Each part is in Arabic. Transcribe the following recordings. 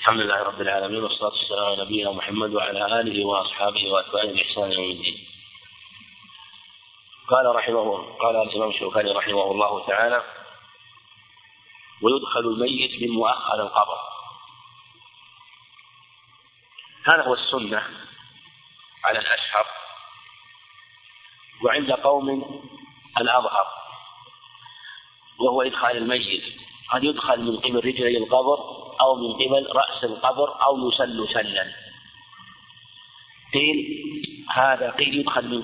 الحمد لله رب العالمين، والصلاة والسلام على نبينا محمد وعلى آله وأصحابه وأتباعه بإحسان يوم الدين. قال الإمام الشوكاني رحمه الله تعالى: ويدخل الميت من مؤخر القبر. هذا هو السنة على الأشهر، وعند قوم الأظهر، وهو إدخال الميت قد يدخل من قبل رجلي القبر أو من قبل رأس القبر أو يسل سلا. قيل يدخل من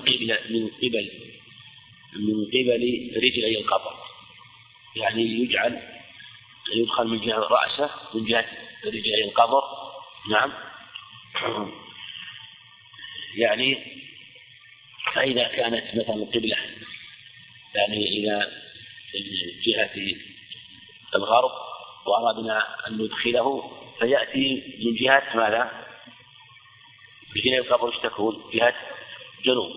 قبل رجلي القبر، يعني يدخل من جهة رأسه من جهة رجلي القبر. نعم، يعني فإذا كانت مثلا قبلة يعني إلى جهة الغرب وأردنا أن ندخله، فيأتي من جهة ماذا؟ رجلي القبر تكون جهة جنوب،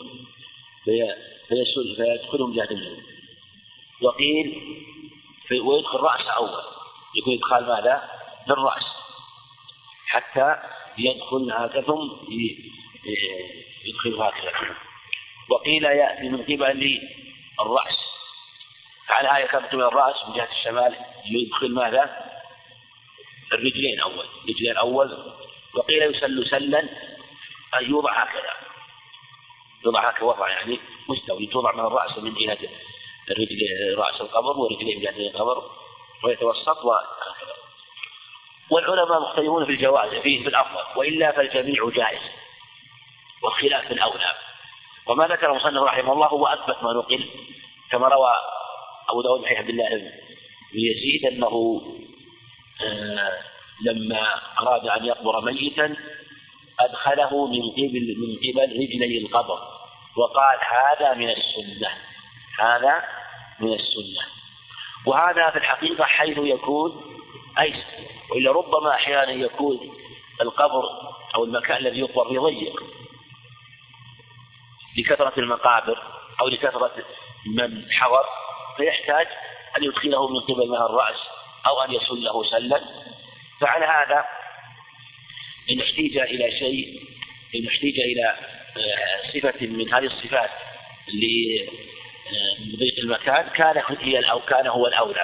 فيدخله من جهة الجنوب. وقيل ويدخل رأسه أول، يكون إدخال ماذا؟ بالرأس حتى يدخل هكذا ثم يدخل هكذا. وقيل يأتي من قبل الرأس، على هذا كان من الرأس من جهة الشمال يدخل ماذا؟ الرجلين أول. وقيل يسل سلا، أن يوضع هكذا وضع يعني مستوي، توضع من الرأس من جهة رأس القبر ورجلين من جهة القبر ويتوسط وهكذا. والعلماء مختلفون في الجواز فيه بالأفضل، وإلا فالجميع جائز، والخلاف في الأولى. وما ذكر المصنف رحمه الله هو أثبت ما نقل، كما روى أبو داود بن عبد الله بن يزيد أنه لما أراد أن يقبر ميتا أدخله من قبل رجلي القبر، وقال هذا من السنة. وهذا في الحقيقة حيث يكون أيسر، وإلا ربما أحيانا يكون القبر أو المكان الذي يقبر يضيق لكثرة المقابر أو لكثرة من حضر، فيحتاج أن يدخله من قبل الرأس أو أن يسله سلا. فعلى هذا إن احتيج إلى صفة من هذه الصفات لضيق المكان كان هو الأولى.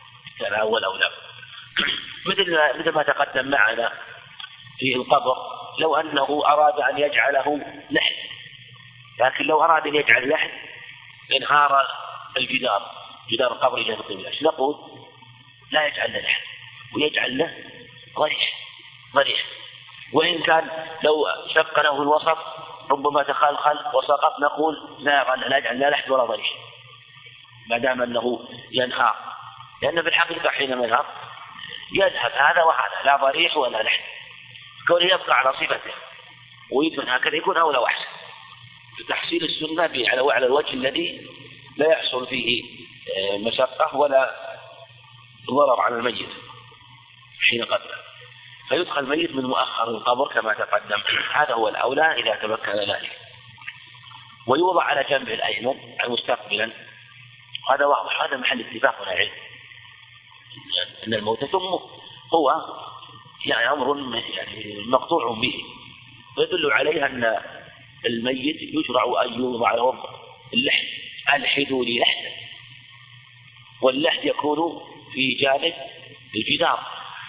مثل ما تقدم معنا في القبر، لو أنه أراد أن يجعله لحد، لكن لو أراد أن يجعل لحد انهار جدار القبر إلى القبلة، نقول لا يجعل له لحد ويجعل له ضريح. وإن كان لو شق له الوسط ربما تخلخل وسقط، نقول لا يجعل لا لحد ولا ضريح ما دام أنه ينهار، لأن في الحقيقة حينما ينهار يذهب هذا وهذا، لا ضريح ولا لحد، كونه يبقى على صفته ويدفن هكذا يكون أولى وأحسن في تحصيل السنة على الوجه الذي لا يحصل فيه مشقة ولا ضرر على الميت حين قتله. فيدخل الميت من مؤخر القبر كما تقدم، هذا هو الأولى إذا تمكن ذلك. ويوضع على جنبه الأيمن مستقبلا، هذا واضح، هذا محل اتفاق ولا علم أن الموت ثم هو يعني أمر مقطوع به، ويدل عليه أن الميت يشرع أن يوضع له اللحد، ألحدوا لي لحدا، واللحد يكون في جانب الجدار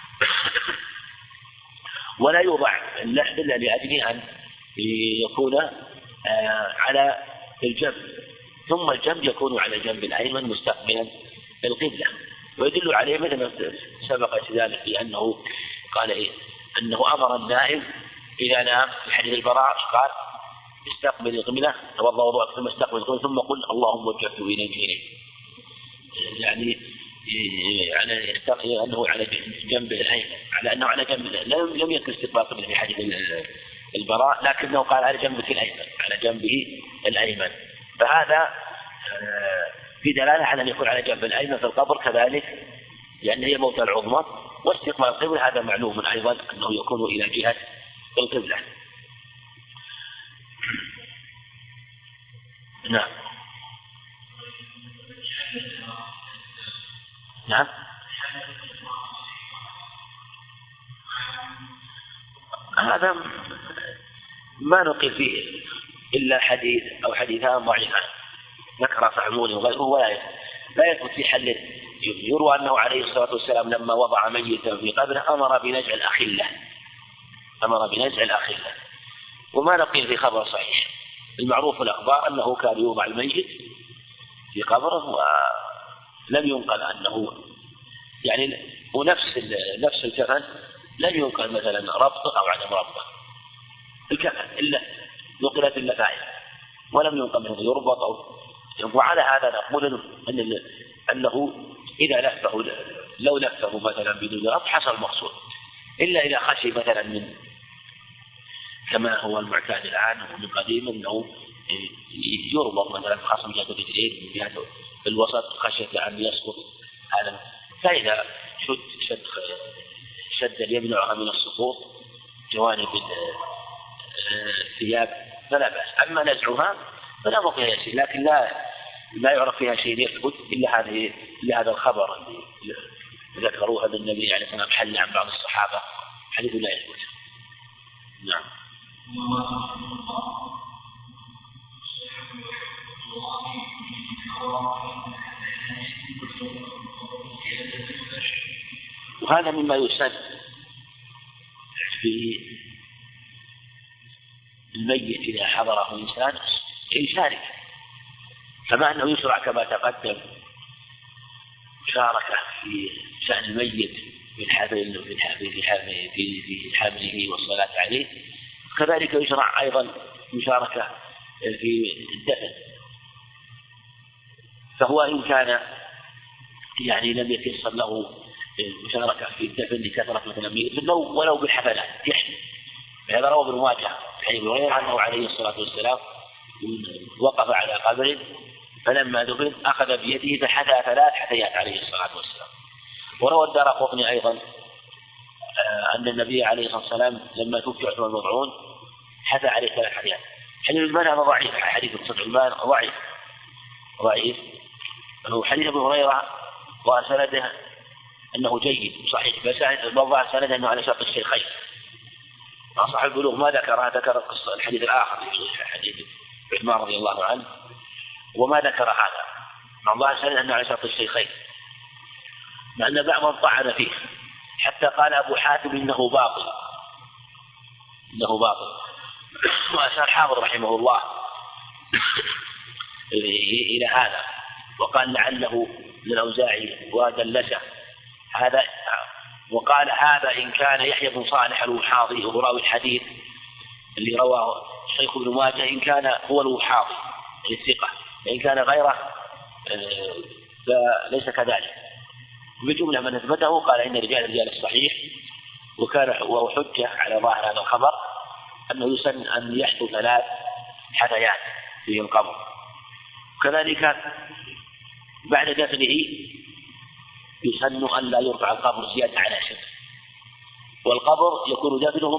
ولا يوضع اللحد إلا لأجل أن يكون على الجنب، ثم الجنب يكون على الجنب الأيمن مستقبلا القبلة. ويدل عليه مثل ما سبق ذلك في أنه قال أنه أمر النائم إذا نام في حديث البراء قال استقبل القبلة، توضأ وضوءك ثم استقبل القبلة ثم قل اللهم وجهت إليك، يعني يستقبل أنه على جنبه الأيمن، على أنه على جنب لم يكن استقبال قبلة في حديث البراء، لكنه قال على جنبه الأيمن. فهذا في دلالة على أن يكون على جنب الأيمن في القبر كذلك، لأن هي موت العظمى. واستقبال القبلة هذا معلوم أيضا أنه يكون إلى جهة القبلة. نعم هذا ما نقل فيه إلا حديث أو حديثان ضعيفان ذكر فعمول وغيره، ولا يثبت في حل. يروى أنه عليه الصلاة والسلام لما وضع ميتا في قبره أمر بنزع الأخلة، وما نقل في خبر صحيح. المعروف الأخبار أنه كان يوضع الميت في قبره، ولم ينقل أنه يعني ونفس الكفن لم ينقل مثلا ربطه أو عدم ربطه الكفن إلا نقلت اللفائف، ولم ينقل منه يربط وعلى هذا نقول أنه إذا لفه لو لفه مثلا بدون ربط حصل المقصود، إلا إذا خشي مثلا من كما هو المعتاد الآن ومن قديم أنه يربط مثلا خصم جهة الرجلين في الوسط خشية أن يسقط هذا، فإذا شد يمنعها من السقوط جوانب الثياب فلا بأس. أما نزعها فلا يعرف فيها شيء، لكن لا يعرف فيها شيء يثبت إلا هذا الخبر الذي ذكروه عن النبي عليه الصلاة والسلام حل عن بعض الصحابة، حديث لا يثبت. نعم. وهذا مما يسن في الميت إذا حضره إنسان يشارك، كما أنه يشرع كما تقدم مشاركة في شأن الميت في حمله والصلاة عليه، كذلك يشرع أيضا مشاركة في الدفن. فهو إن كان يعني لم يتيسر له المشاركة في الدفن لكثرة مثلا ولو بالحفلات يحمل. هذا روى ابن ماجه عن ابي هريرة أنه عليه الصلاة والسلام وقف على قبر فلما دفن أخذ بيده فحثى 3 حثيات عليه الصلاة والسلام. وروى الدارقطني أيضا أن النبي عليه الصلاة والسلام لما توفي عثمان بن مظعون حثى عليه 3 حثيات. حديث المال هذا ضعيف، حديث قصة المال ضعيف. حديث ابن هريرة وسنده أنه جيد صحيح، بس الضعف سنده أنه على شرط الشيخين. صاحب البلوغ ما ذكر الحديث الآخر في حديث عثمان رضي الله عنه، وما ذكر هذا مع الله سنده أنه على شرط الشيخين، مع أن بعضهم طعن فيه حتى قال أبو حاتم إنه باطل. وأشار حافظ رحمه الله إلى هذا وقال لعله للأوزاعي ودلسه هذا، وقال هذا إن كان يحيى بن صالح الوحاضي وهو راوي الحديث اللي رواه الشيخ ابن ماجه إن كان هو الوحاضي الثقة، وإن كان غيره فليس كذلك. بجملة من أثبته قال إن رجال الصحيح، وهو حجة على ظاهر هذا الخبر أنه يسن أن يحدث 3 حثيات في القبر. كذلك بعد دفنه يسن أن لا يرفع القبر زيادة على شبر، والقبر يكون دفنه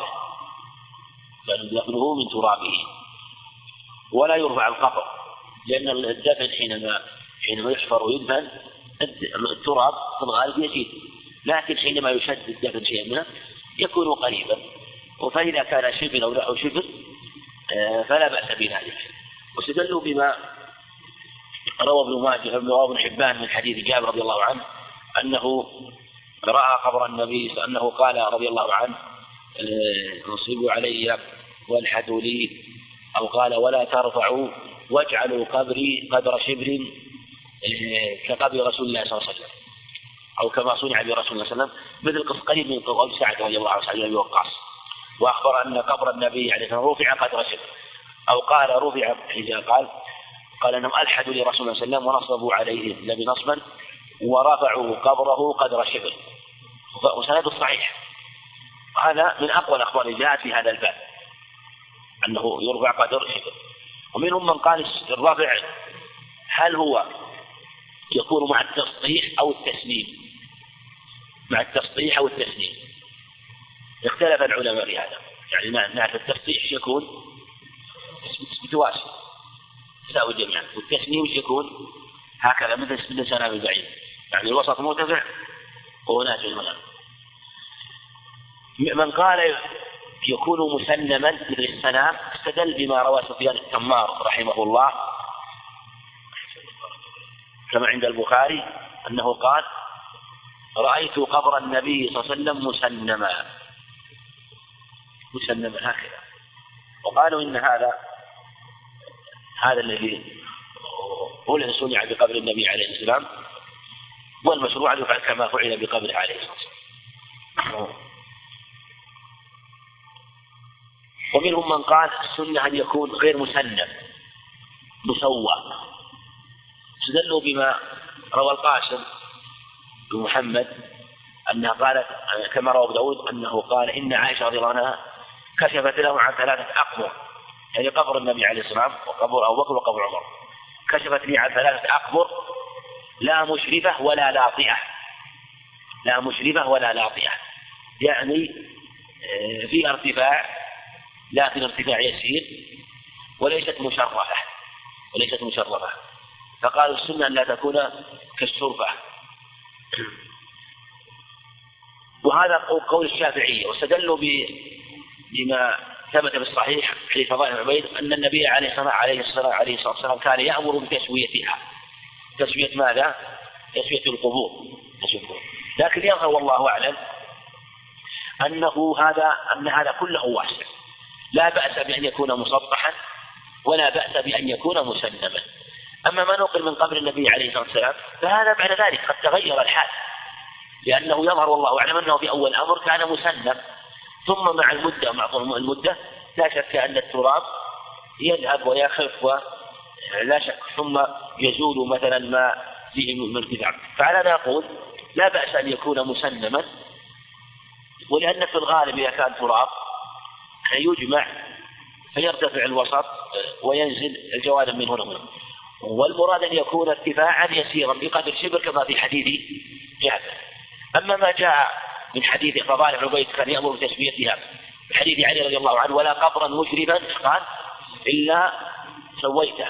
من ترابه ولا يرفع القبر، لأن الدفن حينما يحفر ويدفن التراب في الغالب يزيد، لكن حينما يشد الدفن شيئا منه يكون قريبا. فإذا كان شبر أو نحو شبر فلا بأس بذلك. واستدلوا بما روى ابن ماجه وابن حبان من حديث جابر رضي الله عنه أنه رأى قبر النبي، أنه قال رضي الله عنه انصبوا علي والحدوا لي، أو قال ولا ترفعوا واجعلوا قبري قدر شبر كقبر رسول الله صلى الله عليه وسلم، أو كما صنع برسول الله صلى الله عليه وسلم، مثل قصة قريب من قول سعد رضي الله عنه سعد بن وقاص، وأخبر أن قبر النبي عليه الصلاة والسلام رفع قدر شبر، أو قال رفع قال أنهم ألحدوا لرسول الله صلى الله عليه وسلم ونصبوا عليه النبي نصبا ورفعوا قبره قدر شبر، وسند الصحيح. هذا من أقوى الأخبار اللي جاءت في هذا الباب أنه يرفع قدر شبر. ومنهم من قال الرفع هل هو يكون مع التسطيح أو التسليم، اختلف العلماء في هذا. يعني نعرف التسطيح يكون بتواسي تساوي جميعا، والتسليم يكون هكذا مثل سنام البعيد، يعني الوسط مرتفع وهو نازل. من قال يكون مسنما مثل السنام استدل بما روى سفيان التمار رحمه الله كما عند البخاري أنه قال: رأيت قبر النبي صلى الله عليه وسلم مسنما هكذا. وقالوا إن هذا الذي هو الذي صنع بقبر النبي عليه السلام، والمشروع يفعل كما فعل بقبره عليه الصلاة والسلام. ومنهم من قال السنة أن يكون غير مسنم مسوى، استدلوا بما روى القاسم بن محمد أنها قالت كما روى أبو داود أنه قال: إن عائشة رضي الله عنها كشفت له عن 3 أقبر، يعني قبر النبي عليه السلام وقبر أبو بكر وقبر عمر، كشفت لي عن 3 أقبر لا مشرفة ولا لاطئة، يعني فيها ارتفاع لكن ارتفاع يسير وليست مشرفة. فقالوا السنة أن لا تكون كالشرفة، وهذا قول الشافعية. واستدلوا بما ثبت بالصحيح في فضائل عبيد أن النبي عليه الصلاة والسلام كان يأمر بتسويتها. تسوية ماذا؟ تسوية القبور. لكن يظهر والله أعلم أن هذا كله واسع، لا بأس بأن يكون مسطحا ولا بأس بأن يكون مسنما. أما ما نقل من قبر النبي عليه الصلاة والسلام فهذا بعد ذلك قد تغير الحال، لأنه يظهر والله أعلم أنه في أول الأمر كان مسنم، ثم مع المدة لا شك أن التراب يذهب ويخف ولا شك، ثم يزول مثلا ما فيه من ارتفاع. فعلى نقول لا بأس أن يكون مسنما، ولأن في الغالب إذا كان تراب يجمع فيرتفع الوسط وينزل الجوانب من هنا. والمراد أن يكون ارتفاعا يسيرا بقدر شبر كما في حديث جابر. أما ما جاء من حديث فضائل عبيد كان يأمر بتسويتها في حديث علي رضي الله عنه: ولا قبرا مشرفا قال إلا سويته.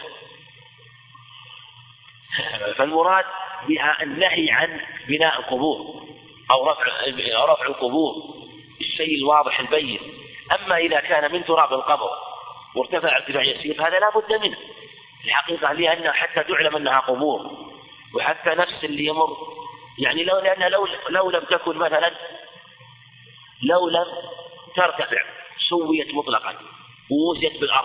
فالمراد بها النهي عن بناء القبور أو رفع القبور، الشيء الواضح البين. أما إذا كان من تراب القبر وارتفع ارتفاع يسير هذا لا بد منه الحقيقة، لأن حتى تعلم أنها قبور، وحتى نفس اللي يمر يعني لو لم تكن مثلا لو لم ترتفع سويت مطلقا ووزيت بالأرض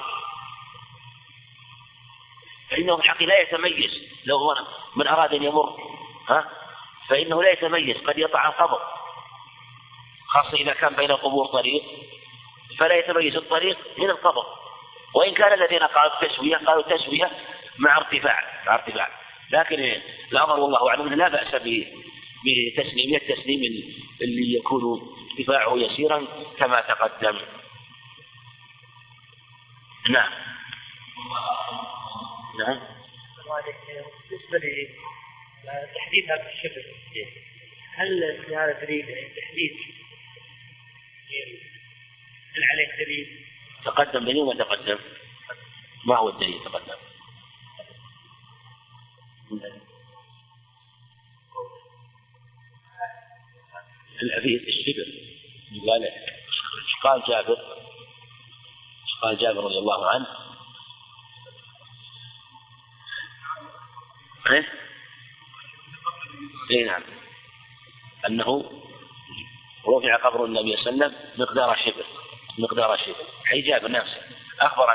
فإنه الحقيقة لا يتميز. لو هو من أراد أن يمر فإنه لا يتميز، قد يطع القبر، خاصة إذا كان بين القبور طريق فلا يتميز الطريق من القبر. وإن كان الذين قالوا تسوية مع ارتفاع، لكن الأمر والله أعلم لا بأس بتسليم اللي يكون ارتفاعه يسيرا كما تقدم. نعم. بالنسبة لتحديد هذا الشبه، هل في هذا دليل تحديد؟ هل عليه دليل؟ تقدم دليل وما تقدم؟ ما هو الدليل تقدم؟ العفيف الشبر. قال جابر رضي الله عنه: نعم، أنه رفع قبر النبي صلى الله عليه وسلم مقدار شبر. حي جابر نفسه أخبر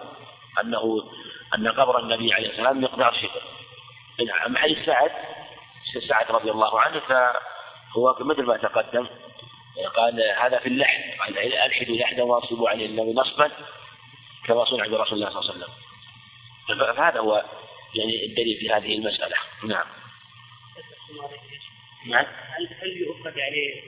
أن قبر النبي عليه السلام مقدار شبر. نعم. حي سعد رضي الله عنه فهو مثل ما تقدم، قال هذا في اللحد، قال ألحدوا لحدا واصبوا عليه النبي نصبا كما صنع برسول الله صلى الله عليه وسلم. فهذا هو يعني الدليل في هذه المسألة. نعم. هل يؤخذ يعني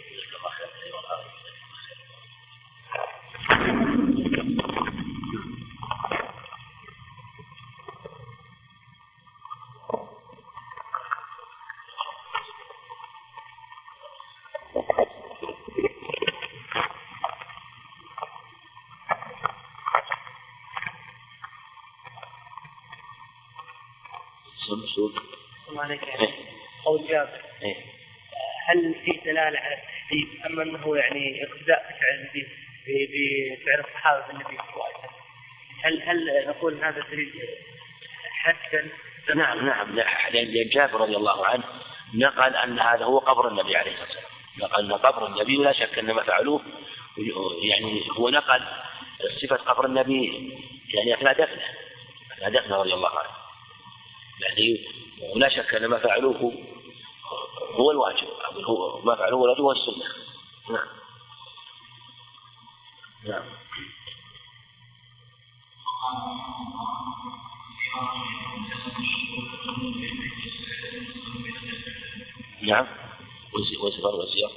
قول جابر هل في دلالة على التحديد أما أنه يعني اقتداء بفعل النبي بفعل الصحابة النبي صلى الله عليه وسلم، هل نقول هذا دليل حسن؟ نعم، لأن جابر رضي الله عنه نقل أن هذا هو قبر النبي عليه الصلاة والسلام، نقل أن قبر النبي ولا شك أن ما فعلوه، يعني هو نقل صفة قبر النبي يعني أثناء دفنه رضي الله عنه، يعني ولا شك أن ما فعلوه هو الواجب، هو ما فعلوه الواجب هو السنة. نعم والزيارة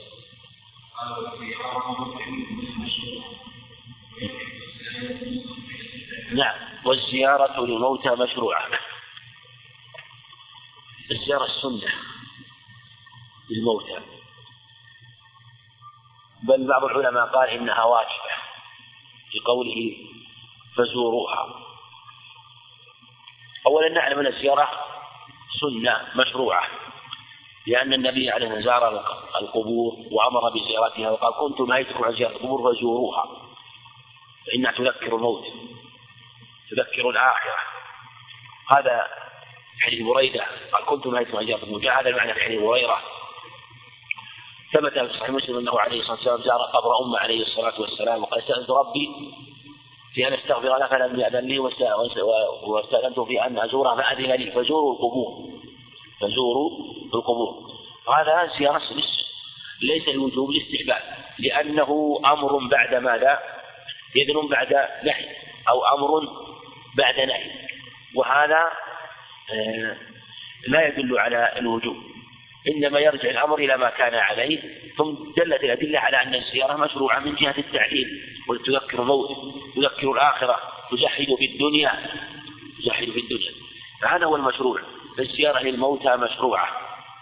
نعم، والزيارة للموتى مشروعة. الزيارة السنة للموتى، بل بعض العلماء قال إنها واجبة لقوله فزوروها. أولا نعلم أن الزيارة سنة مشروعة، لأن النبي عليه الصلاة والسلام زار القبور وأمر بزيارتها وقال كنت نهيتكم عن زيارة القبور فزوروها فإنها تذكر الموت، تذكر الآخرة. هذا حديث بريدة قال كنت نهيتكم عن زيارة القبور، هذا المعنى في حديث هريرة. ثبت في صحيح مسلم أنه عليه الصلاة والسلام زار قبر أمه عليه الصلاة والسلام وقال استأذنت ربي في أن استغفر له فلم يأذن لي واستأذنت في أن أزورها فأذن لي فزوروا القبور. هذا زيارة ليس الوجوب الاستحباب، لأنه أمر بعد ماذا؟ إذن بعد نهي أو أمر بعد نهي، وهذا لا يدل على الوجوب، إنما يرجع الأمر إلى ما كان عليه. ثم دلت الأدلة على أن الزيارة مشروعة من جهة التعليم، وتذكر الموت، تذكر الآخرة، تزهد في الدنيا. فهذا هو المشروع، الزيارة للموتى مشروعة.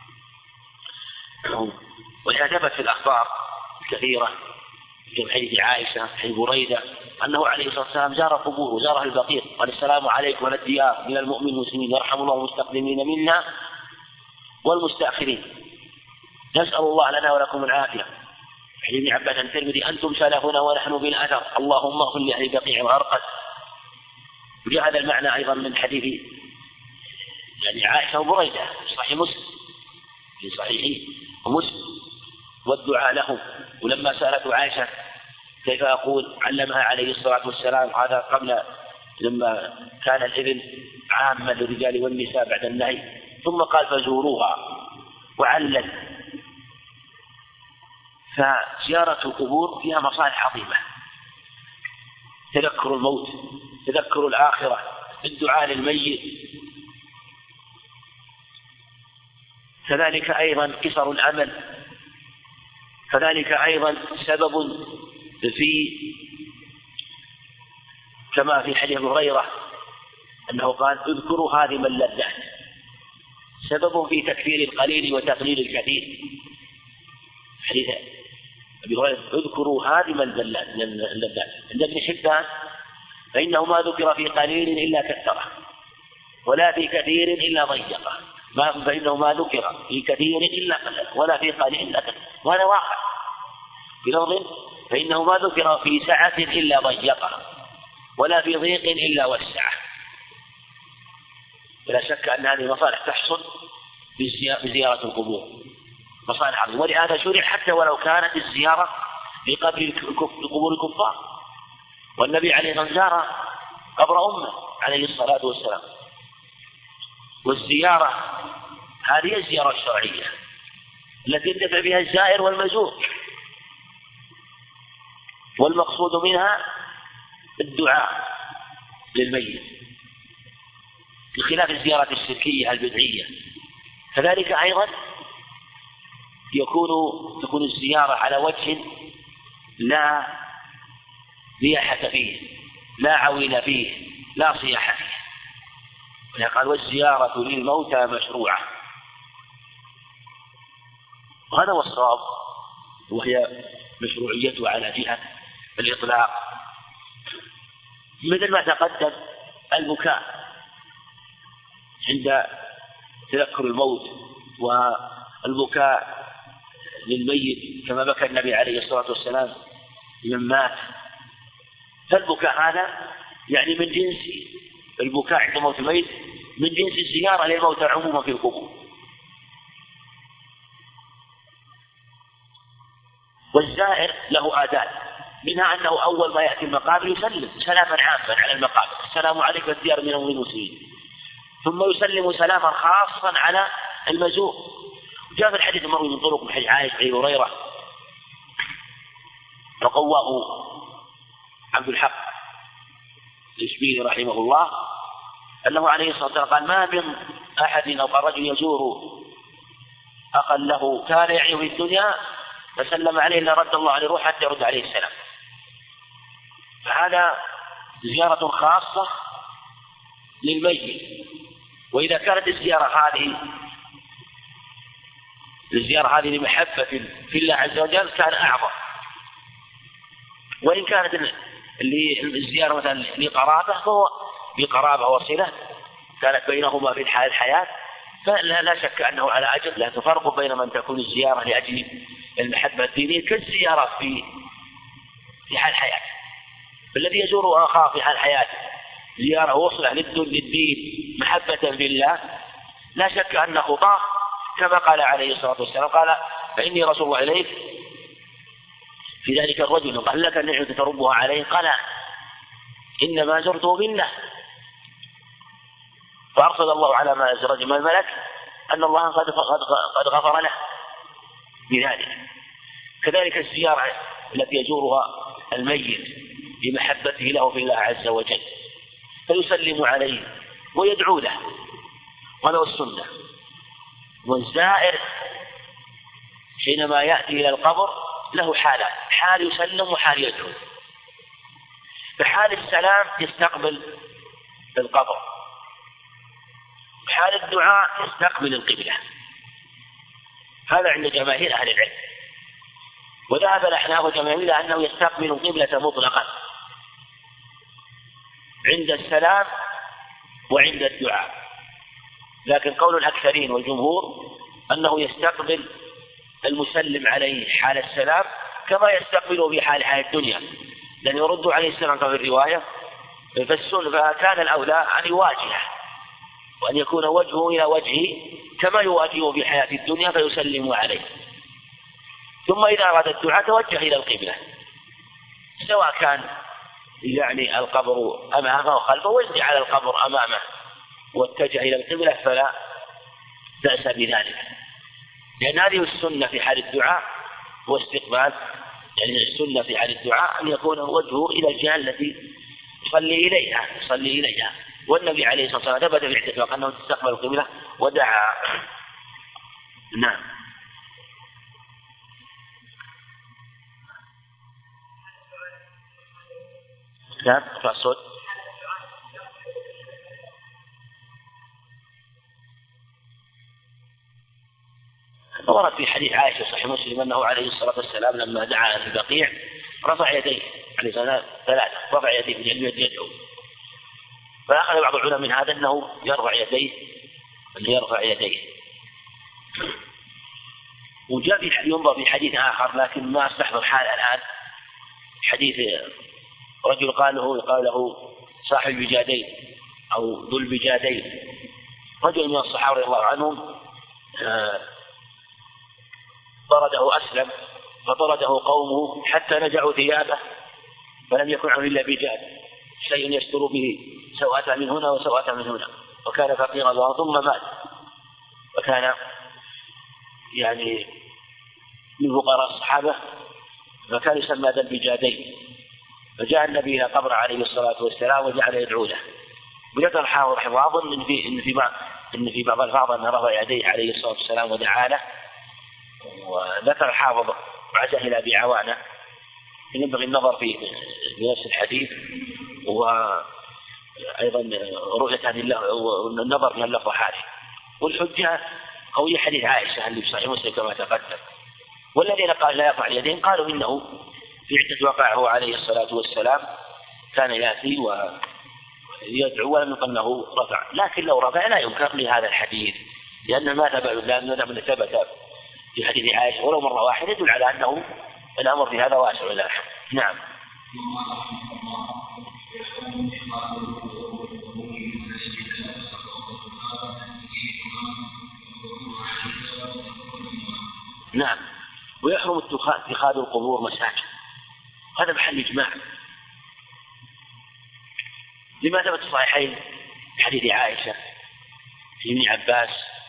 وثبت في الأخبار الكثيرة في حديث عائشة حديث بريدة أنه عليه الصلاة والسلام زار قبور وزار البقيع قال السلام عليكم على الديار من المؤمنين والمسلمين يرحم الله المستقدمين منا والمستأخرين، نسأل الله لنا ولكم العافية. حديث ابن عباس عن الترمذي أنتم سلفنا ونحن بالأثر اللهم اغفر لأهل بقيع وغرقد. وجاء هذا المعنى أيضا من حديث يعني عائشة وبريدة في صحيح مسلم والدعاء لهم. ولما سألته عائشة كيف أقول علمها عليه الصلاة والسلام، هذا قبل لما كان الإذن عاما للرجال والنساء بعد النهي، ثم قال فزوروها وعلل. فزيارة القبور فيها مصالح عظيمة، تذكر الموت، تذكر الآخرة، الدعاء للميت، كذلك أيضا كسر الأمل، كذلك أيضا سبب في كما في حديث هريرة أنه قال اذكروا هذه اللذات، سبب في تكثير القليل وتقليل الكثير. حديث أبي هريرة اذكروا هذه اللذات. عند ابن حبان فإنه ما ذكر في قليل إلا كثره ولا في كثير إلا ضيقه، فإنه ما ذكر في كثير إلا قلله ولا في قليل إلا كثره، وهذا واقع. بلفظ فإنه ما ذكر في سعة إلا ضيقه ولا في ضيق إلا وسعه. ولا شك أن هذه المصالح تحصل بزيارة القبور، مصالح عظيمة، ولهذا شرع حتى ولو كانت الزيارة لقبر قبور الكفار. والنبي عليه الصلاة والسلام زار قبر أمه عليه الصلاة والسلام. والزيارة هذه الزيارة الشرعية التي ينتفع بها الزائر والمزور، والمقصود منها الدعاء للميت بخلاف الزيارة الشركية البدعية. كذلك أيضا تكون الزيارة على وجه لا رياحة فيه، لا عويل فيه، لا صياح فيه. قال والزيارة للموتى مشروعة، وهذا هو الصواب، وهي مشروعيته على جهة الإطلاق، مثل ما تقدم البكاء عند تذكر الموت والبكاء للميت كما بكى النبي عليه الصلاة والسلام من مات. فالبكاء هذا يعني من جنس البكاء عند موت الميت، من جنس الزيارة للموتى عموما في القبور. والزائر له آداب، منها أنه أول ما يأتي المقابر يسلم سلاما عاما على المقابر: السلام عليك الديار من المسلمين. ثم يسلم سلاما خاصا على المزور. جاء في الحديث المروي من طرق من حديث عائشة بن هريرة وقواه عبد الحق الإشبيلي رحمه الله أنه عليه الصلاة والسلام قال: ما من أحد أو قال رجل يزور أخا له كان يعيه في الدنيا فسلم عليه إلا رد الله عليه روح حتى يرد عليه السلام. فهذا زيارة خاصة للميت. وإذا كانت الزيارة هذه لمحبة في الله عز وجل كان أعظم. وإن كانت الزيارة مثلا لقرابة فهو بقرابة وصلة كانت بينهما في حال الحياة فلا شك أنه على أجر. لا تفرق بين من تكون الزيارة لأجل المحبة الدينية كالزيارة في حال حياته. فالذي يزور أخاه في حال حياته زيارة وصلة للدين محبة في الله لا شك أنه خطأ، كما قال عليه الصلاة والسلام: قال: فإني رسول الله إليك. في ذلك الرجل قال: لك النعمة تربها عليه؟ قال: إنما زرته بالله. فأرسل الله على ما أزرج من الملك أن الله قد غفر له بذلك. كذلك الزيارة التي يزورها الميت لمحبته له في الله عز وجل فيسلم عليه ويدعو له، ولو السنة. والزائر حينما يأتي إلى القبر له حالات: حال يسلم وحال يدعو. بحال السلام يستقبل القبر، بحال الدعاء يستقبل القبلة. هذا عند جماهير أهل العلم. وذهب الأحناف وجماهير إلى أنه يستقبل القبلة مطلقا عند السلام وعند الدعاء. لكن قول الأكثرين والجمهور أنه يستقبل المسلم عليه حال السلام كما يستقبله في حال الدنيا، لأن يرد عليه السلام كما في الرواية. فكان الأولى أن يواجهه وأن يكون وجهه إلى وجهه كما يواجهه في حياة الدنيا فيسلم عليه. ثم إذا أراد الدعاء توجه إلى القبلة، سواء كان يعني القبر أمامه وخلفه ويجي على القبر أمامه واتجه إلى القبلة فلا بأس بذلك، لأن هذه السنة في حال الدعاء واستقبال. يعني السنة في حال الدعاء أن يكون وجهه إلى الجهة التي يصلي إليها. والنبي عليه الصلاة والسلام ثبت في الاعتقاد أنه استقبل القبلة ودعا. نعم. نعم. فالصوت ورد في حديث عائشة صحيح مسلم أنه عليه الصلاة والسلام لما دعا في البقيع رفع يديه عليه الصلاة ثلاثة، رفع يديه من جنب يدعو. فأخذ بعض العلماء من هذا أنه يرفع يديه. وجاء ينظر في حديث آخر لكن ما أستحضر حال الآن، حديث رجل قال له صاحب البجادين أو ذو البجادين، رجل من الصحابة رضي الله عنهم طرده أسلم فطرده قومه حتى نزعوا ثيابه فلم يكن عنه إلا بجاد، شيء يستر به سوءة من هنا وسوءة من هنا، وكان فقيرا ثم مات، وكان يعني من فقراء الصحابة، فكان يسمى ذا البجادين. فجاء النبي إلى قبر عليه الصلاة والسلام وجعل يدعو له. وذكر الحافظ رحمه الله إن في بعض الألفاظ أن رفع يديه عليه الصلاة والسلام ودعا له. وذكر الحافظ وعزاه إلى أبي عوانة ينبغي النظر في نفس الحديث، وأيضا رؤية هذه النظر في اللفظ حاله. والحجة قوية حديث عائشة اللي في صحيح مسلم كما تقدم. والذين قال لا يرفع اليدين قالوا إنه في عدة وقائعه عليه الصلاة والسلام كان يأتي ويدعو ولم يقل له رفع، لكن لو رفع لا ينكر لهذا الحديث، لأن ما ثبت في حديث عائشة ولو مرة واحدة يدل على أنه الأمر في هذا واسع. نعم. نعم، ويحرم اتخاذ القبور مساجد، هذا محل إجماع لما ثبت الصحيحين حديث عائشة في ابن عباس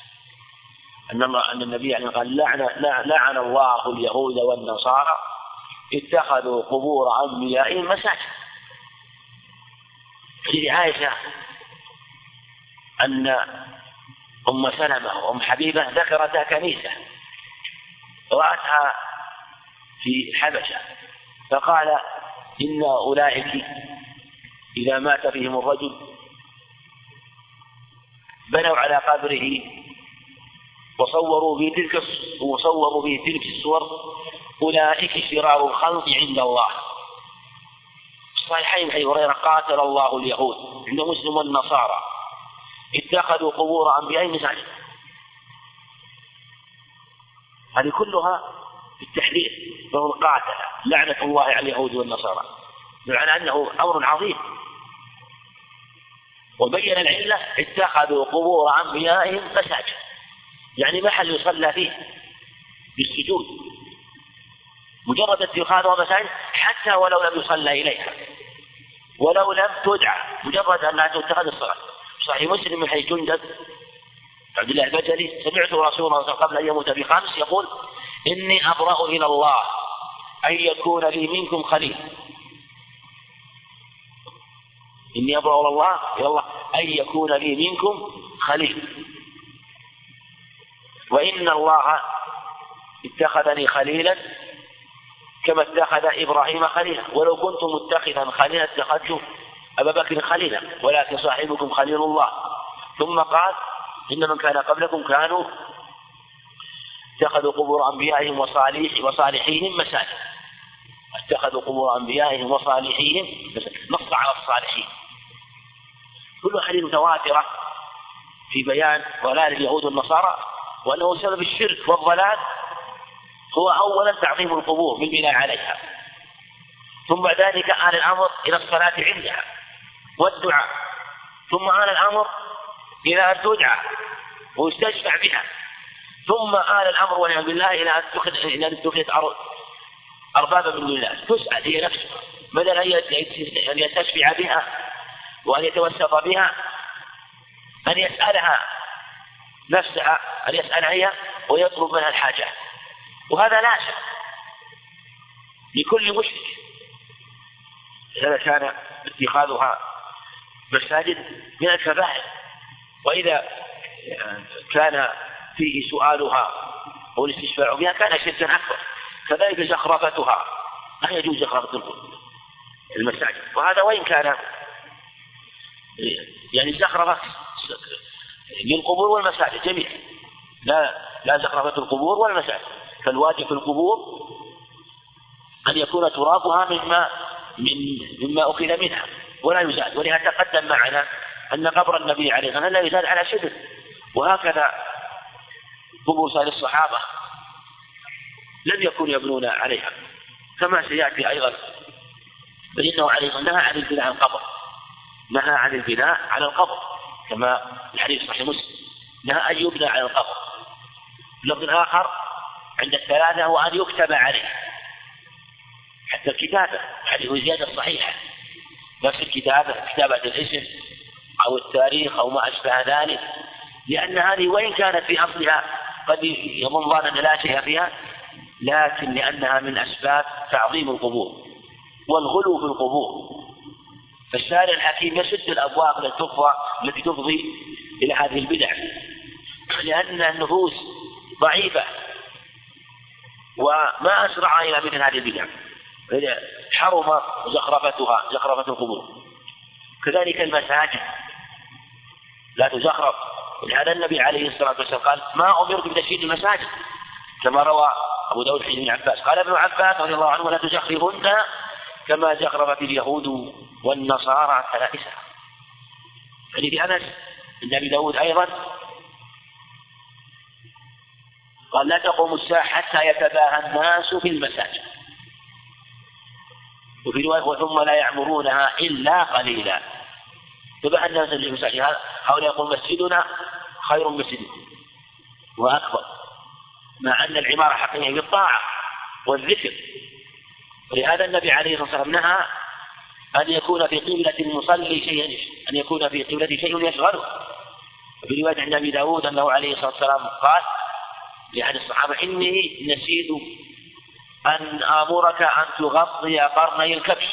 أن النبي قال لعن الله اليهود والنصارى اتخذوا قبور أنبيائهم مساجد. حديث عائشة أن أم سلمة وأم حبيبة ذكرتا كنيسة رأتها في الحبشة، فقال إن أولئك إذا مات فيهم الرجل بنوا على قبره وصوروا به تلك الصور، أولئك شرار الخلق عند الله. الصحيحين أبي هريرة قاتل الله اليهود عند مسلم والنصارى اتخذوا قبور أنبيائهم مساجد. هذه كلها في التحذير وهو القاتل لعنة الله على اليهود والنصارى، بمعنى أنه أمر عظيم. وبين العلة اتخذوا قبور أنبيائهم مساجد، يعني محل يصلى فيه بالسجود، مجرد اتخاذها مساجد حتى ولو لم يصلى إليها ولو لم تدعى، مجرد أنها تتخذ الصلاة. صحيح مسلم من حديث جندب عبد الله البجلي سمعت رسول الله قبل أن يموت ب5 يقول إني أبرأ إلى الله أن يكون لي منكم خليل، إني أبرأ إلى الله أن يكون لي منكم خليل، وإن الله اتخذني خليلا كما اتخذ إبراهيم خليلا، ولو كنت متخذا خليلا اتخذت أبا بكر خليلا، ولكن صاحبكم خليل الله. ثم قال إن من كان قبلكم كانوا اتخذوا قبور أنبيائهم وصالحيهم مساجد، اتخذوا قبور أنبيائهم وصالحيهم مساجد، نص على الصالحين. كل حديث متواترة في بيان ضلال اليهود والنصارى، وأنه سبب الشرك والضلال هو أولا تعظيم القبور بالبناء عليها، ثم بعد ذلك آل الأمر إلى الصلاة عندها والدعاء، ثم آل الأمر إلى أن تدعى ويستشفع بها، ثم آل الأمر والعياذ بالله إلى أن تتخذ أربابا من دون الله تسأل هي نفسها، بدل أن يستشفع بها وأن يتوسط بها أن يسألها نفسها، أن يسأل هي ويطلب منها الحاجة. وهذا لا شك لكل مشرك، إذا كان اتخاذها مساجد من الكبائر، وإذا كان فيه سؤالها والاستشفاع بها كان شركا أكبر. كذلك زخرفتها، لا يجوز زخرفة المساجد، وهذا وإن كان يعني زخرفة للقبور والمساجد جميعا، لا زخرفة القبور والمساجد، فالواجب في القبور أن يكون ترابها مما أخذ منها ولا يزاد. ولهذا تقدم معنا أن قبر النبي عليه الصلاة والسلام لا يزاد على شبر، وهكذا قبور سائر الصحابة لم يكونوا يبنون عليها، كما سيأتي أيضا. فإنه عليه الصلاة والسلام نهى عن البناء على القبر، نهى عن البناء على القبر، كما الحديث صحيح مسلم نهى أن يبنى على القبر. لفظ آخر عند الثلاثة هو أن يكتب عليه، حتى الكتابة هذه زيادة صحيحة، نفس الكتابة، كتابة الاسم أو التاريخ أو ما أشبه ذلك، لأن هذه وإن كانت في أصلها قد يظن أن لا شيء فيها، لكن لأنها من أسباب تعظيم القبور والغلو في القبور. فالشارع الحكيم يسد الأبواب التي تفضي إلى هذه البدع، لأن النفوس ضعيفة وما أسرع إلى مثل هذه البدع، حرم زخرفة القبور. كذلك المساجد لا تزخرف، ولهذا النبي عليه الصلاة والسلام قال ما أمرت بتشييد المساجد، كما روى أبو داود حديث ابن عباس قال ابن عباس رضي الله عنه لا تزخرفن كما زخرفت اليهود والنصارى كنائسها. حديث أنس عند أبي داود أيضا قال لا تقوم الساعة حتى يتباهى الناس في المساجد. وفي رواية ثم لا يعمرونها إلا قليلا. فبقى الناس اللي مساجد هؤلاء يقول مسجدنا خير مسجدكم وأكبر، مع أن العمارة حقيقية بالطاعة والذكر. ولهذا النبي عليه الصلاة والسلام نهى أن يكون في قبلة المصلي شيء يشغله. وفي رواية عند أبي داود أنه عليه الصلاة والسلام قال لأحد الصحابة إني نسيت أن آمرك أن تغطي قرني الكبش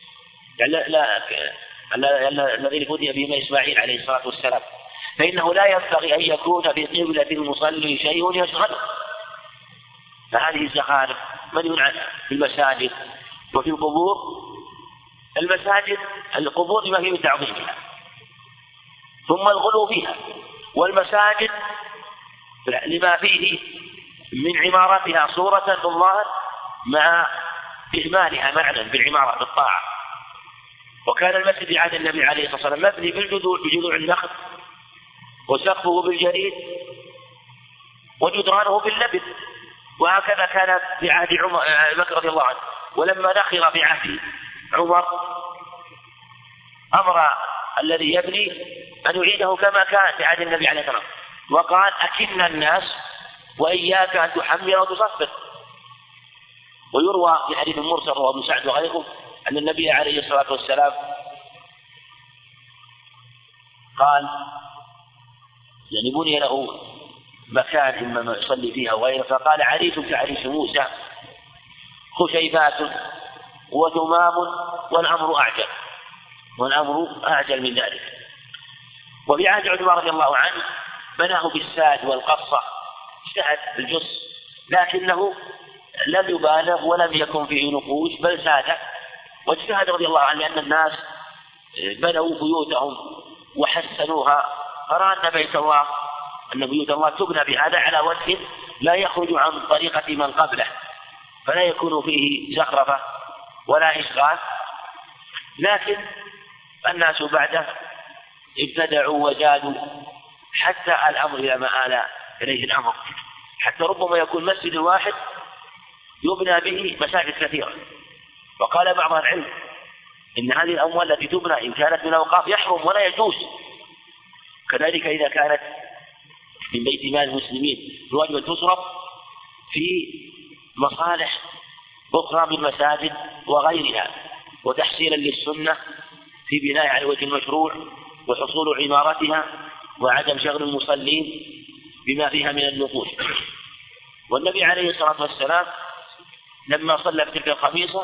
الذي فدي بهما إسماعيل عليه الصلاة والسلام، فإنه لا ينبغي أن يكون في قبلة المصلي شيء يشغله. فهذه الزخارف منهي عنها في المساجد وفي القبور. المساجد القبور لما فيه من تعظيمها، ثم الغلو بها، والمساجد لما فيه من عمارتها صورة بالظاهر مع إهمالها معنى بالعمارة بالطاعة. وكان المسجد في عهد النبي عليه الصلاة والسلام مبني بجذوع النخل، وسقفه بالجريد، وجدرانه باللبن، وهكذا كانت في عهد بكر رضي الله عنه. ولما دخل في عهد عمر أمر الذي يبني أن يعيده كما كان في عهد النبي عليه الصلاة والسلام، وقال أكن الناس وإياك أن تحمر وتصفر. ويروى في حديث مرسل رواه ابن سعد وغيره أن النبي عليه الصلاة والسلام قال يعني بني له مكان إما يصلي فيها وغيره، فقال عريس كعريس موسى، خشيبات وتمام والأمر أعجل من ذلك. وفي عهد عثمان رضي الله عنه بناه بالساد والقصة، اجتهد بالجص، لكنه لم يبالغ ولم يكن فيه نقوش بل ساد، واجتهد رضي الله عنه لأن الناس بنوا بيوتهم وحسنوها، فرأى أن بيوت الله تبنى بهذا على وجه لا يخرج عن طريقة من قبله، فلا يكون فيه زخرفة ولا إشغال. لكن الناس بعده ابتدعوا وزادوا حتى الأمر إلى ما آل إليه الأمر، حتى ربما يكون مسجد واحد يبنى به مساجد كثيرة. وقال بعض العلم إن هذه الأموال التي تبنى إن كانت من أوقاف يحرم ولا يجوز، كذلك إذا كانت من بيت مال المسلمين الواجب أن تصرف في مصالح أخرى من مساجد وغيرها، وتحصيلا للسنة في بناء على وجه المشروع وحصول عمارتها وعدم شغل المصلين بما فيها من النقوش. والنبي عليه الصلاة والسلام لما صلى في تلك الخميصة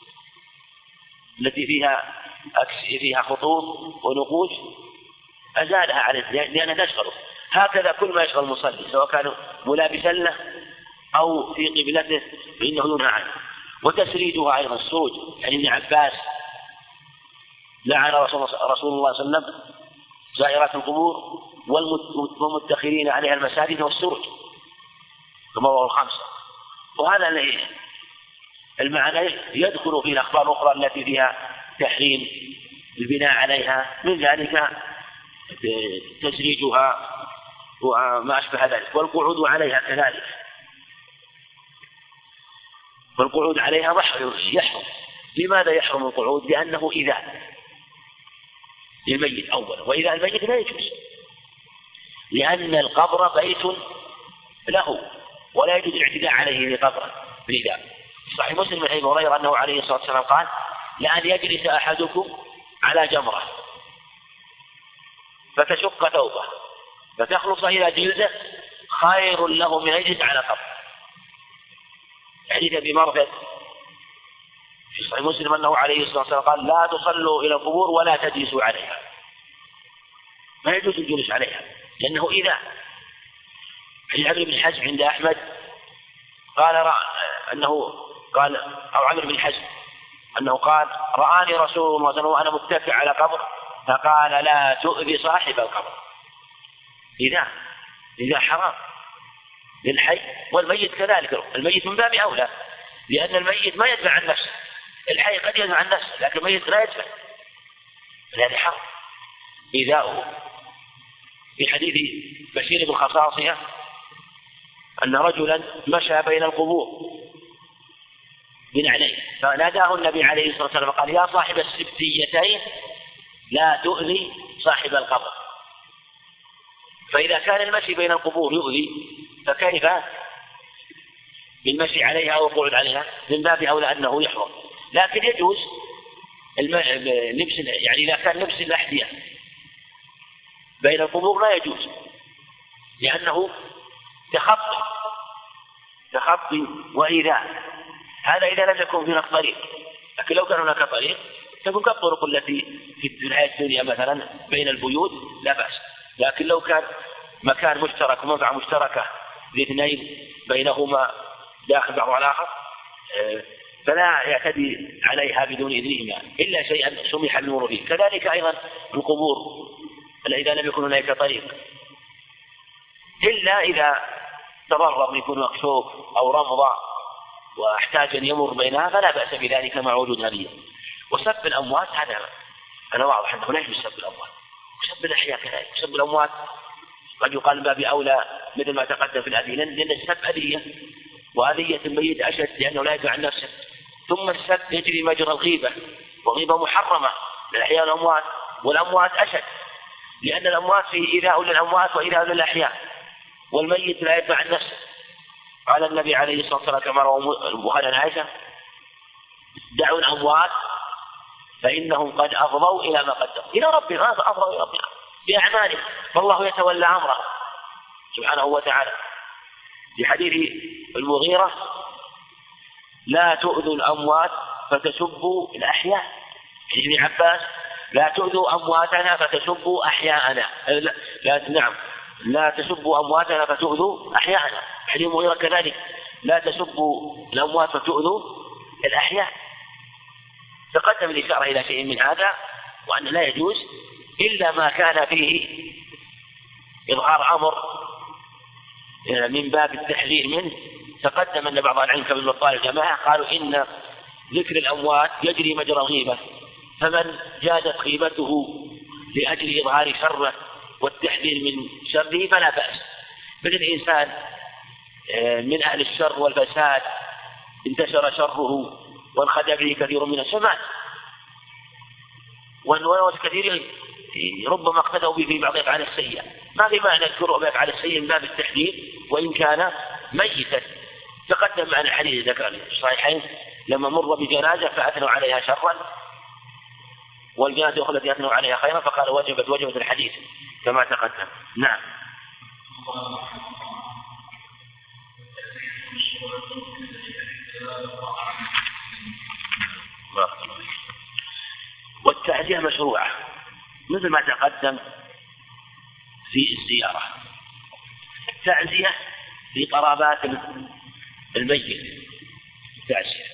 التي فيها خطوط ونقوش أزالها عليه لأنها تشغله. هكذا كل ما يشغل المصلي سواء كان ملابسا له أو في قبلته فإنه ينهى عنه. وتسريدها أيضا السرود، يعني ابن عباس لعن رسول الله صلى الله عليه وسلم زائرات القبور والمتخذين عليها المساجد والسرج كما هو الخمسة. وهذا المعنى يدخل في الأخبار الأخرى التي فيها تحريم البناء عليها، من ذلك تسريجها وما أشبه ذلك، والقعود عليها كذلك. والقعود عليها يحرم. لماذا يحرم القعود؟ لأنه إذا للميت أولا، وإذا الميت لا يجوز، لأن القبر بيت له ولا يجوز الاعتداء عليه لقبره بالإداء. صحيح مسلم من أبي هريرة أنه عليه الصلاة والسلام قال لأن يجلس أحدكم على جمرة فتشق ثوبه فتخلص إلى جلده خير له من يجلس على قبر. حديث أبي مرثد في صحيح مسلم أنه عليه الصلاة والسلام قال لا تصلوا إلى القبور ولا تجلسوا عليها، ما يجوز الجلوس عليها، لأنه إذا حديث عمرو بن حزم عند أحمد قال أو عمرو بن حزم أنه قال رآني رسول الله صلى الله عليه وسلم وأنا متكئ على قبر فقال لا تؤذي صاحب القبر. إذا حرام للحي والميت كذلك، الميت من باب أولى، لأن الميت ما يدفع عن نفسه، الحي قد يدفع عن نفسه لكن الميت لا يدفع، هذا حرام إيذاؤه. في حديث بشير بن خصاصية أن رجلا مشى بين القبور بنعليه، فناداه النبي عليه الصلاة والسلام قال يا صاحب السبتيتين لا تؤذي صاحب القبر. فإذا كان المشي بين القبور يؤذي فكيف بالمشي عليها والقعود عليها؟ من باب أولى أنه يحرم. لكن يجوز لبس، يعني إذا كان لبس الأحذية بين القبور لا يجوز، لأنه تخطي وإيذاء، هذا إذا لم يكن هناك طريق. لكن لو كان هناك طريق تكون كالطرق التي في الحياة الدنيا مثلا بين البيوت لا بأس. لكن لو كان مكان مشترك ومنفعة مشتركة لاثنين بينهما داخل بعض على الآخر فلا يعتدي عليها بدون إذنهما إلا شيئا سمح المرور فيه. كذلك أيضا القبور إذا لم يكن هناك طريق، إلا إذا تضرر يكون مكشوف أو رمضة واحتاج أن يمر بينها فلا بأس بذلك مع وجود هدية. وسب الأموات هذا واضح أنه لا يجوز سب الأموات، وسب الأحياء كذلك. سب الأموات قد يقال باب أولى مثل ما تقدم في الأذية، لأن السب أذية، وأذية الميت أشد لأنه لا يدفع عن نفسه. ثم السب يجري مجرى الغيبة، وغيبة محرمة للأحياء والأموات، والأموات أشد لأن الأموات فيه إيذاء للأموات وإيذاء للأحياء، والميت لا يدفع عن نفسه. قال النبي عليه الصلاة والسلام كما روى البخاري عن عائشة دعوا الأموات فإنهم قد أفضوا إلى ما قدموا إلى ربهم، هذا أفضوا إلى ربهم بأعمالهم، فالله يتولى أمره سبحانه وتعالى. في حديث المغيرة لا تؤذوا الأموات فتسبوا الأحياء، في ابن عباس لا تؤذوا أمواتنا فتسبوا أحياءنا، لا تسبوا أمواتنا فتؤذوا أحياءنا. حديث المغيرة كذلك لا تسبوا الأموات فتؤذوا الأحياء. تقدم الإشارة إلى شيء من هذا، وأن لا يجوز إلا ما كان فيه إظهار أمر من باب التحذير منه. تقدم أن بعض العلم كابن بطال الجماعة قالوا إن ذكر الأموات يجري مجرى الغيبة، فمن جازت غيبته لأجل إظهار شره والتحذير من شره فلا بأس. مثل إنسان من أهل الشر والفساد انتشر شره وانخدع به كثير من الشمال، والناس كثير ربما اقتدوا به في بعض أفعال السيئة، ما في معنى نذكره بأفعال السيئة من باب التحذير وإن كان ميتا. تقدم معنا الحديث ذكر الصحيحين لما مر بجنازة فأثنوا عليها شرا والجنازة التي أثنوا عليها خيرا فقال وجبت الحديث كما تقدم. نعم. والتعزية مشروعة مثل ما تقدم في الزيارة. التعزية لقرابات الميت تعزية،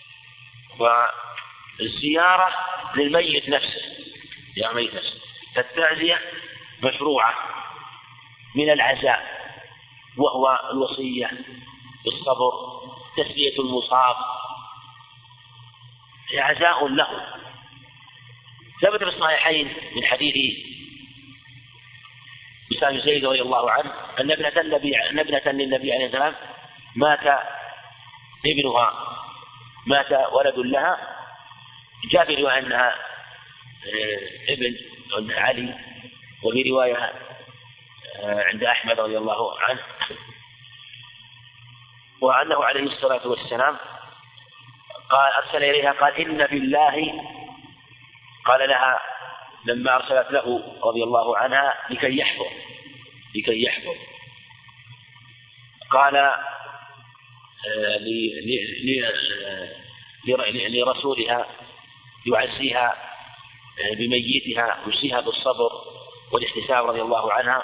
والزيارة للميت نفسه يا ميت نفسه. فالتعزية مشروعة من العزاء، وهو الوصية بالصبر، تسلية المصاب، عزاء له. ثبت في الصحيحين من حديث أسامة بن زيد رضي الله عنه أن ابنة للنبي عليه السلام مات ابنها، مات ولد لها، جاء في رواية أنها ابن علي، وفي رواية عند أحمد رضي الله عنه وأنه عليه الصلاة والسلام قال أرسل إليها قال إن بالله، قال لها لما أرسلت له رضي الله عنها لكي يحضر قال لرسولها يعزيها بميتها ويوصيها بالصبر والاحتساب رضي الله عنها.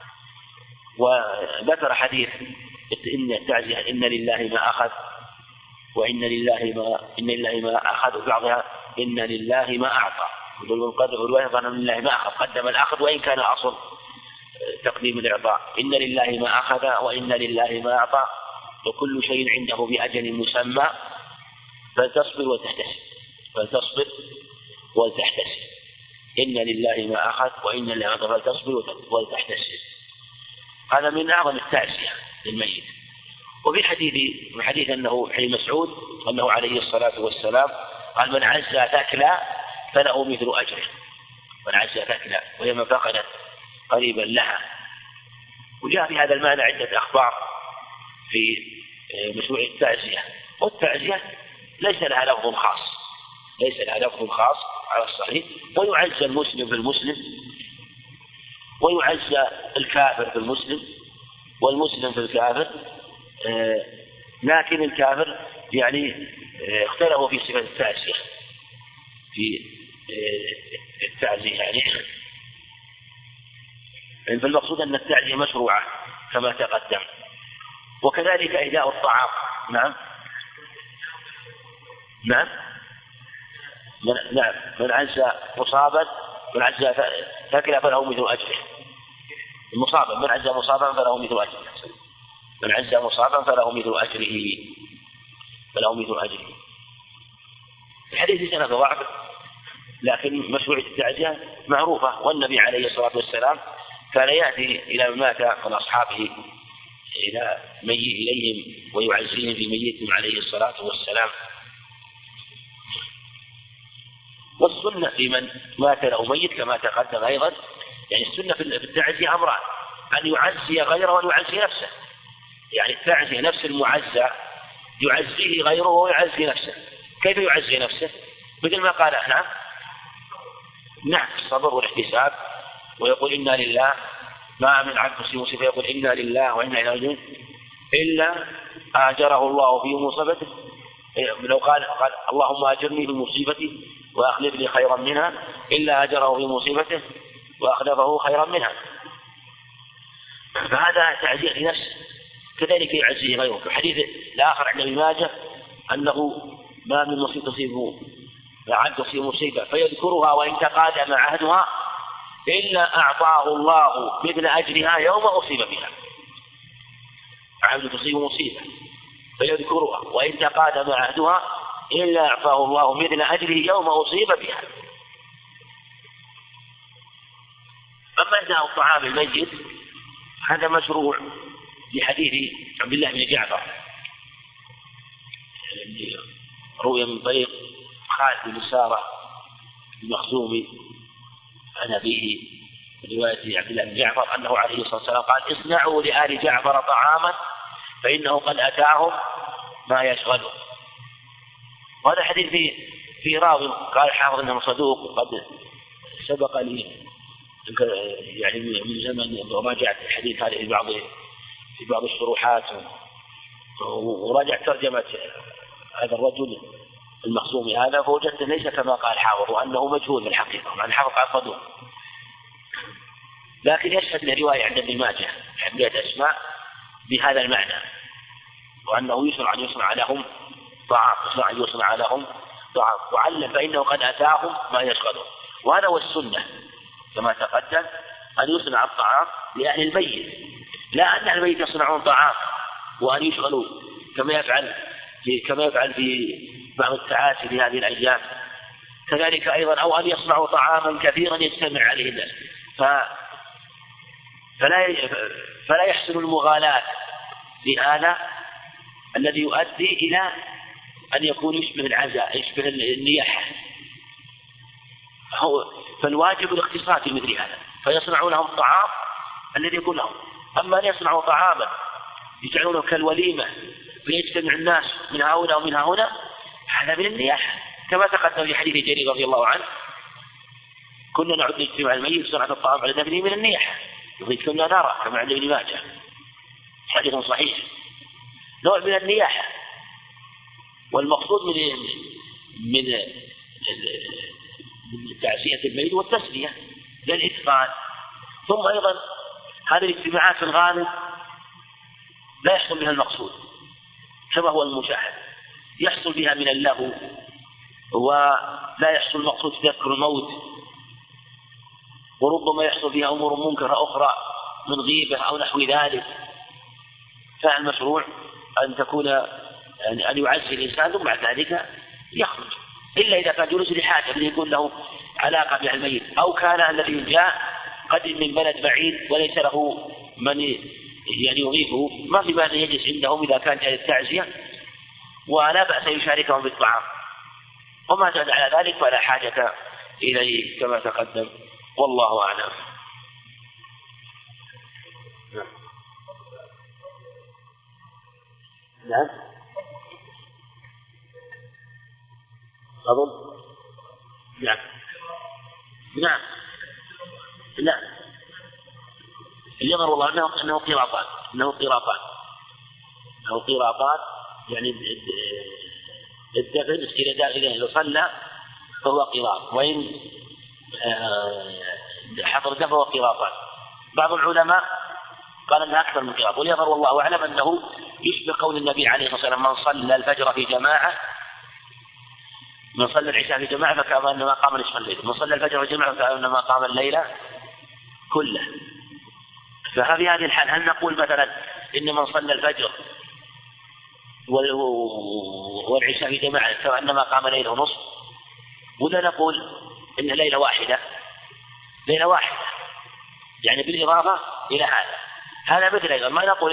وذكر حديث إن التعزية إن لله ما أخذ وإن لله ما أخذ، وبعضها إن لله ما أعطى، والرواية قال إن لله ما أخذ، قدم الأخذ وإن كان أصل تقديم الإعطاء. إن لله ما أخذ وإن لله ما أعطى وكل شيء عنده بأجل مسمى فلتصبر ولتحتسب. إن لله ما أخذ وإن لله ما أعطى فلتصبر ولتحتسب. هذا من أعظم التعزية للميت. وفي حديث أنه حديث مسعود أنه عليه الصلاة والسلام قال: من عزى ثكلا فله مثل أجره. من عزى ثكلا وهي من فقدت قريبا لها. وجاء في هذا المعنى عدة أخبار في مشروع التعزية. والتعزية ليس لها لفظ خاص على الصحيح، ويعزى المسلم في المسلم، ويعزى الكافر في المسلم، والمسلم في الكافر. لكن الكافر يعني اختلفوا في صفة التعزية يعني فالمقصود أن التعزية مشروعة كما تقدم. وكذلك إهداء الطعام. نعم من عزى مصابا، من عزى ثكلا فله مثل أجره. المصابا من عزى مصابا فله مثل أجره. من عزى مصابا فله مثل أجره. الحديث سنة ضعف، لكن مشروع التعزية معروفة. والنبي عليه الصلاة والسلام كان يأتي إلى من مات من أصحابه إليهم ويعزيهم في ميتهم عليه الصلاة والسلام. والسنة في من مات له ميت كما تقدم أيضا، يعني السنة في التعزية أمران: أن يعزي غيره وأن يعزي نفسه. يعني التعزية نفس المعزى يعزيه غيره ويعزي نفسه. كيف يعزي نفسه؟ مثل ما قال نعم الصبر والاحتساب، ويقول إنا لله، ما من عبد في مصيبة يقول إنا لله وإنا إليه راجعون إلا آجره الله في مصيبته. لو قال اللهم أجرني في مصيبتي وأخلف لي خيرا منها، إلا أجره في مصيبته وأخلفه خيرا منها. فهذا تعزية لنفسه. كذلك يعزيه غيره. في الحديث الآخر عند ابن ماجه أنه ما من مصيبة تصيبه عبد تصيب مصيبة فيذكرها وإن تقادم عهدها إلا أعطاه الله مثل أجرها يوم أصيب بها. عبد تصيب مصيبة فيذكرها وإن تقادم عهدها إلا أعطاه الله مثل أجره يوم أصيب بها. أما إهداء الطعام الميت هذا مشروع لحديث عبد الله بن جعفر روي من طريق خالد بن سارة المخزومي عن أبيه رواية عبد الله بن جعفر أنه عليه الصلاة والسلام قال: اصنعوا لآل جعفر طعاما فإنه قد أتاهم ما يشغله. وهذا الحديث في راوي قال حافظ أنه صدوق، وقد سبق لي يعني من زمن وراجعت الحديث هذا في بعض الشروحات، وراجعت ترجمة هذا الرجل المخزومي هذا، فوجدت ليس كما قال حافظ، وأنه مجهول في الحقيقة، مع الحافظ قال صدوق. لكن يشهد لرواية عند ابن ماجه حملية أسماء بهذا المعنى، وأنه يشرع أن يصنع لهم طعام، وعلم فإنه قد أتاهم ما يشغلهم. وهذا هو السنة كما تقدم، أن يصنع الطعام لأهل الميت، لا أن الميت يصنعون طعام وأن يشغلوا كما يفعل في بعض التعاسي في هذه الأيام. كذلك أيضا أو أن يصنعوا طعاما كثيرا يجتمع عليه الناس، فلا يحصل المغالاة في هذا الذي يؤدي إلى أن يكون يشبه العزاء، يشبه النياحة. فالواجب الاختصاص في مثل هذا، فيصنعون لهم الطعام الذي يكون لهم. أما أن يصنعوا طعاما يجعلونه كالوليمة فيجتمع الناس من هؤلاء ومن هؤلاء، هذا من النياحة، كما تقدم في حديث جرير رضي الله عنه: كنا نعد اجتماع الميت صنعة الطعام على دفنه من النياحة يضيف لنا نارا، كما عند ابن ماجه حديث صحيح، نوع من النياحة. والمقصود من تعزية الميت والتسلية للإتقان. ثم أيضا هذه الاجتماعات في الغالب لا يحصل بها المقصود كما هو المشاهد، يحصل بها من اللهو، ولا يحصل المقصود في تذكر الموت، وربما يحصل فيها أمور منكرة أخرى من غيبة أو نحو ذلك. فالمشروع أن يعزي الإنسان ثم بعد ذلك يخرج، إلا إذا كان جلوس لحاجة الذي يكون له علاقة بالميت، أو كان الذي جاء قد من بلد بعيد وليس له من يعني يضيفه ما في مانع يجلس عندهم إذا كان جاي التعزية، ولا بأس يشاركهم بالطعام، وما زاد على ذلك فلا حاجة إليه كما تقدم، والله أعلم. نعم أظن نعم نعم لا يظهر والله أنه قراطان يعني الدفن إذا صلى فهو قراط، وإن حضر الدفن فهو قراطان. بعض العلماء قال أنها أكثر من قراط، وليظهر والله أعلم أنه يشبه قول النبي عليه الصلاة والسلام: من صلى الفجر في جماعة، من صلى العشاء في جماعة فكأنما قام نصف الليل، من صلى الفجر في جماعة فكأنما قام الليل كله. ففي هذه الحال هل نقول مثلا إن من صلى الفجر والعشاء في جماعة كأنما قام ليلة ونصف، ولا نقول إن ليلة واحدة يعني بالإضافة إلى هذا مثل أيضا ما نقول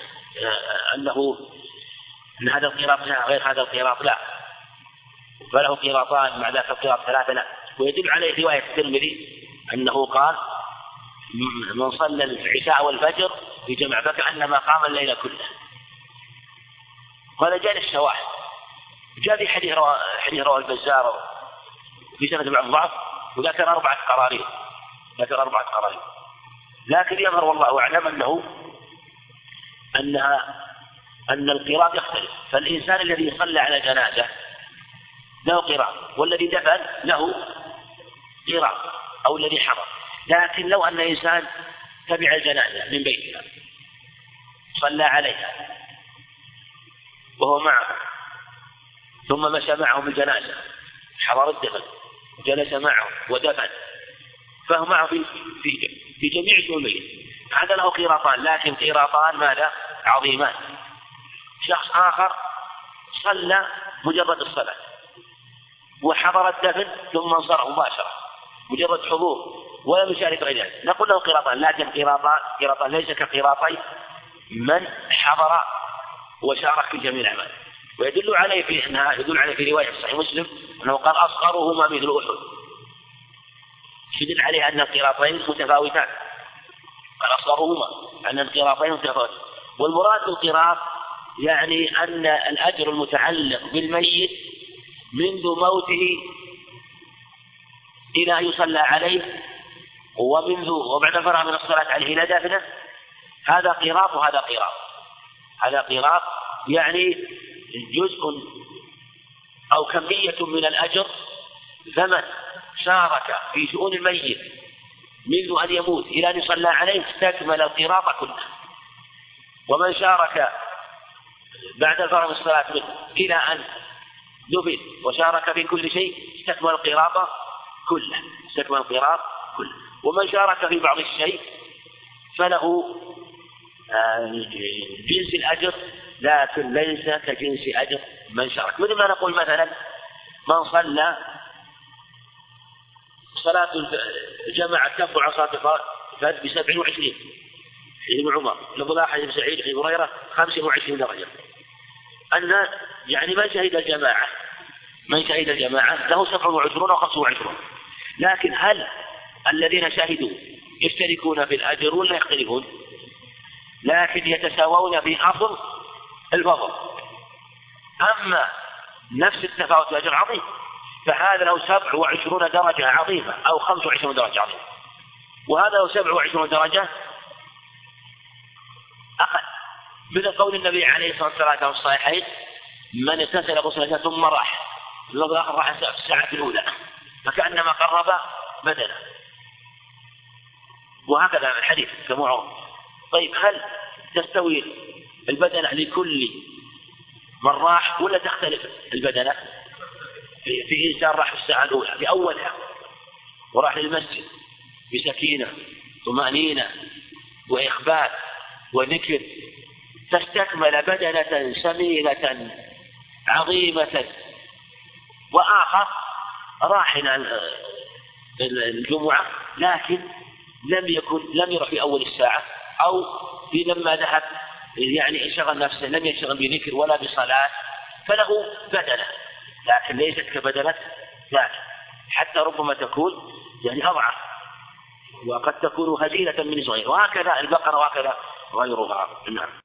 أن هذا القراط غير هذا القراط، لا، فله قراطان مع ذاك القراط ثلاثة، لا. ويدل عليه رواية الترمذي أنه قال: من صلى العشاء والفجر في جمع فكأنما قام الليل كله. وهذا جاء الشواهد، جاء في حديث رواه البزار في سنة بعض الضعف، وذكر 4 قراريط، لكن يظهر والله أعلم أن القراط يختلف. فالإنسان الذي صلى على جنازة له قراط، والذي دفن له قراط، أو الذي حضر. لكن لو أن إنسان تبع الجنازة من بيتها صلى عليها وهو معه، ثم مشى معهم الجنازة، حضر الدفن وجلس معه ودفن، فهو معه في جميع شؤون الميت، هذا له قراطان، لكن قراطان ماذا؟ عظيمان. شخص آخر صلى مجرد الصلاة وحضر الدفن ثم انصرف مباشرة مجرد حضور ولم يشارك غير ذلك، نقول له قراطان، لكن قراطان ليس كقراطي من حضر وشارك في جميع الأعمال. ويدل عليه في رواية صحيح مسلم أنه قال: أصغرهما مثل أحد، يدل عليه أن القراطين متفاوتان، قال أصغرهما أن القراطين متفاوتان. والمراد بالقراط يعني أن الأجر المتعلق بالميت منذ موته إلى أن يصلى عليه وبعد الفراغ من الصلاة عليه إلى دفنه، هذا قراط وهذا قراط، يعني جزء أو كمية من الأجر، فمن شارك في شؤون الميت منذ أن يموت إلى أن يصلى عليه استكمل القراط كله، ومن شارك بعد الفراغ من الصلاة إلى أن دفن وشارك في كل شيء استكمل القراط كله. ومن شارك في بعض الشيء فله جنس الأجر، لكن ليس كجنس أجر من شارك. مثل ما نقول مثلا من صلى صلاة الجماعة كفوا عن صلاة الفجر ب27 ابن عمر، لفظ أحد بن سعيد بن هريرة 25 درجة، أن يعني من شهد الجماعة له 27 أو 25. لكن هل الذين شهدوا يشتركون في الأجر ولا يختلفون؟ لكن يتساوون في أصل الفضل. أما نفس التفاوت في الأجر عظيم، فهذا له 27 درجة عظيمة أو 25 درجة عظيمة، وهذا له 27 درجة أقل. مثل قول النبي عليه الصلاة والسلام في الصحيحين: من اغتسل غسلة ثم راح، اللفظ الآخر راح في الساعة الأولى فكأنما قرب بدنه، وهكذا الحديث كمعروف. طيب هل تستوي البدنة لكل من راح ولا تختلف البدنة؟ في إنسان راح في الساعة الأولى في أولها وراح للمسجد بسكينة طمأنينة وإخبات وذكر، فاستكمل بدنة سمينة عظيمة، وآخر راح الجمعة لكن لم يروح في أول الساعة أو في لما ذهب يعني انشغل نفسه لم ينشغل بذكر ولا بصلاة فله بدنة، لكن ليست كبدنة ذاك، حتى ربما تكون يعني أضعف، وقد تكون هزيلة من صغير، وهكذا البقرة وهكذا غيرها. نعم.